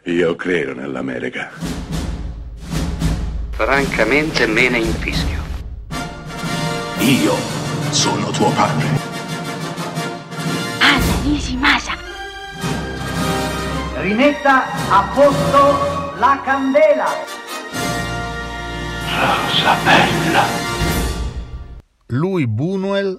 Io credo nell'America. Francamente me ne infischio. Io sono tuo padre. Anna Nishimasa. Rimetta a posto la candela. Rosa bella. Lui, Buñuel,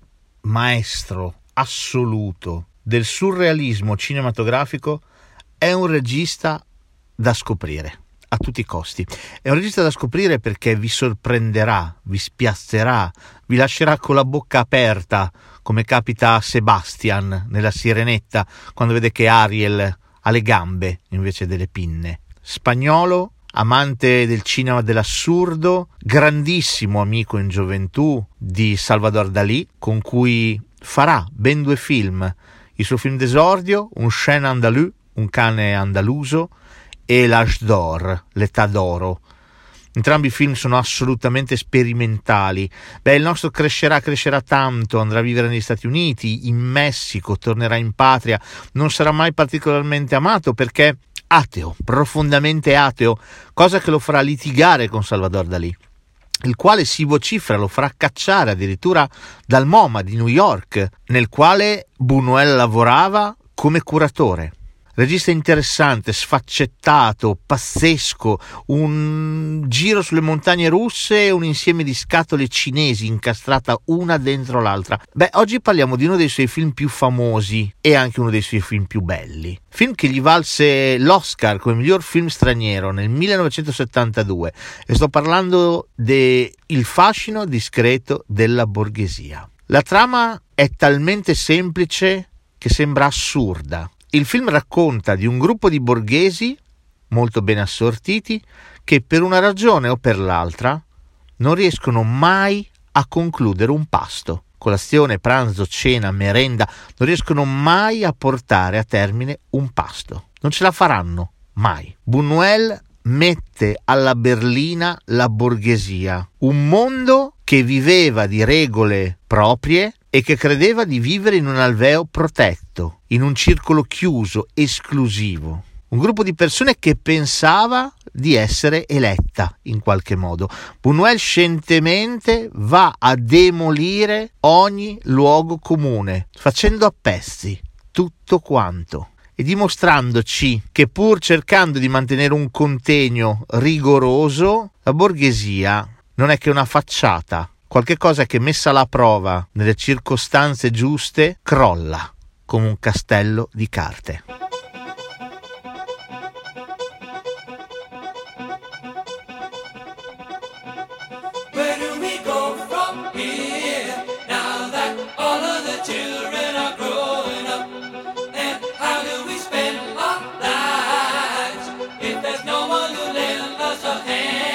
maestro assoluto del surrealismo cinematografico, è un regista da scoprire a tutti i costi. È un regista da scoprire perché vi sorprenderà, vi spiazzerà, vi lascerà con la bocca aperta, come capita a Sebastian nella Sirenetta quando vede che Ariel ha le gambe invece delle pinne. Spagnolo, amante del cinema dell'assurdo, grandissimo amico in gioventù di Salvador Dalí, con cui farà ben 2 film. Il suo film d'esordio, Un chien andalou, un cane andaluso, e L'Âge d'Or, l'età d'oro. Entrambi i film sono assolutamente sperimentali. Il nostro crescerà tanto, andrà a vivere negli Stati Uniti, in Messico, tornerà in patria, non sarà mai particolarmente amato perché ateo, profondamente ateo, cosa che lo farà litigare con Salvador Dalí, il quale si vocifera lo farà cacciare addirittura dal MoMA di New York, nel quale Buñuel lavorava come curatore. Regista interessante, sfaccettato, pazzesco, un giro sulle montagne russe e un insieme di scatole cinesi incastrata una dentro l'altra. Oggi parliamo di uno dei suoi film più famosi e anche uno dei suoi film più belli. Film che gli valse l'Oscar come miglior film straniero nel 1972 e sto parlando de Il fascino discreto della borghesia. La trama è talmente semplice che sembra assurda. Il film racconta di un gruppo di borghesi molto ben assortiti che per una ragione o per l'altra non riescono mai a concludere un pasto. Colazione, pranzo, cena, merenda, non riescono mai a portare a termine un pasto. Non ce la faranno mai. Buñuel mette alla berlina la borghesia, un mondo che viveva di regole proprie e che credeva di vivere in un alveo protetto, in un circolo chiuso, esclusivo. Un gruppo di persone che pensava di essere eletta in qualche modo. Buñuel scientemente va a demolire ogni luogo comune, facendo a pezzi tutto quanto e dimostrandoci che pur cercando di mantenere un contegno rigoroso, la borghesia non è che una facciata. Qualche cosa che messa alla prova nelle circostanze giuste crolla come un castello di carte. Where do we go from here now that all of the children are growing up? And how do we spend our lives if there's no one to lend us a hand?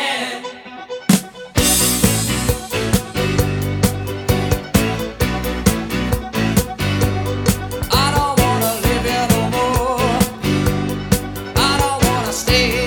I don't wanna live here no more. I don't wanna stay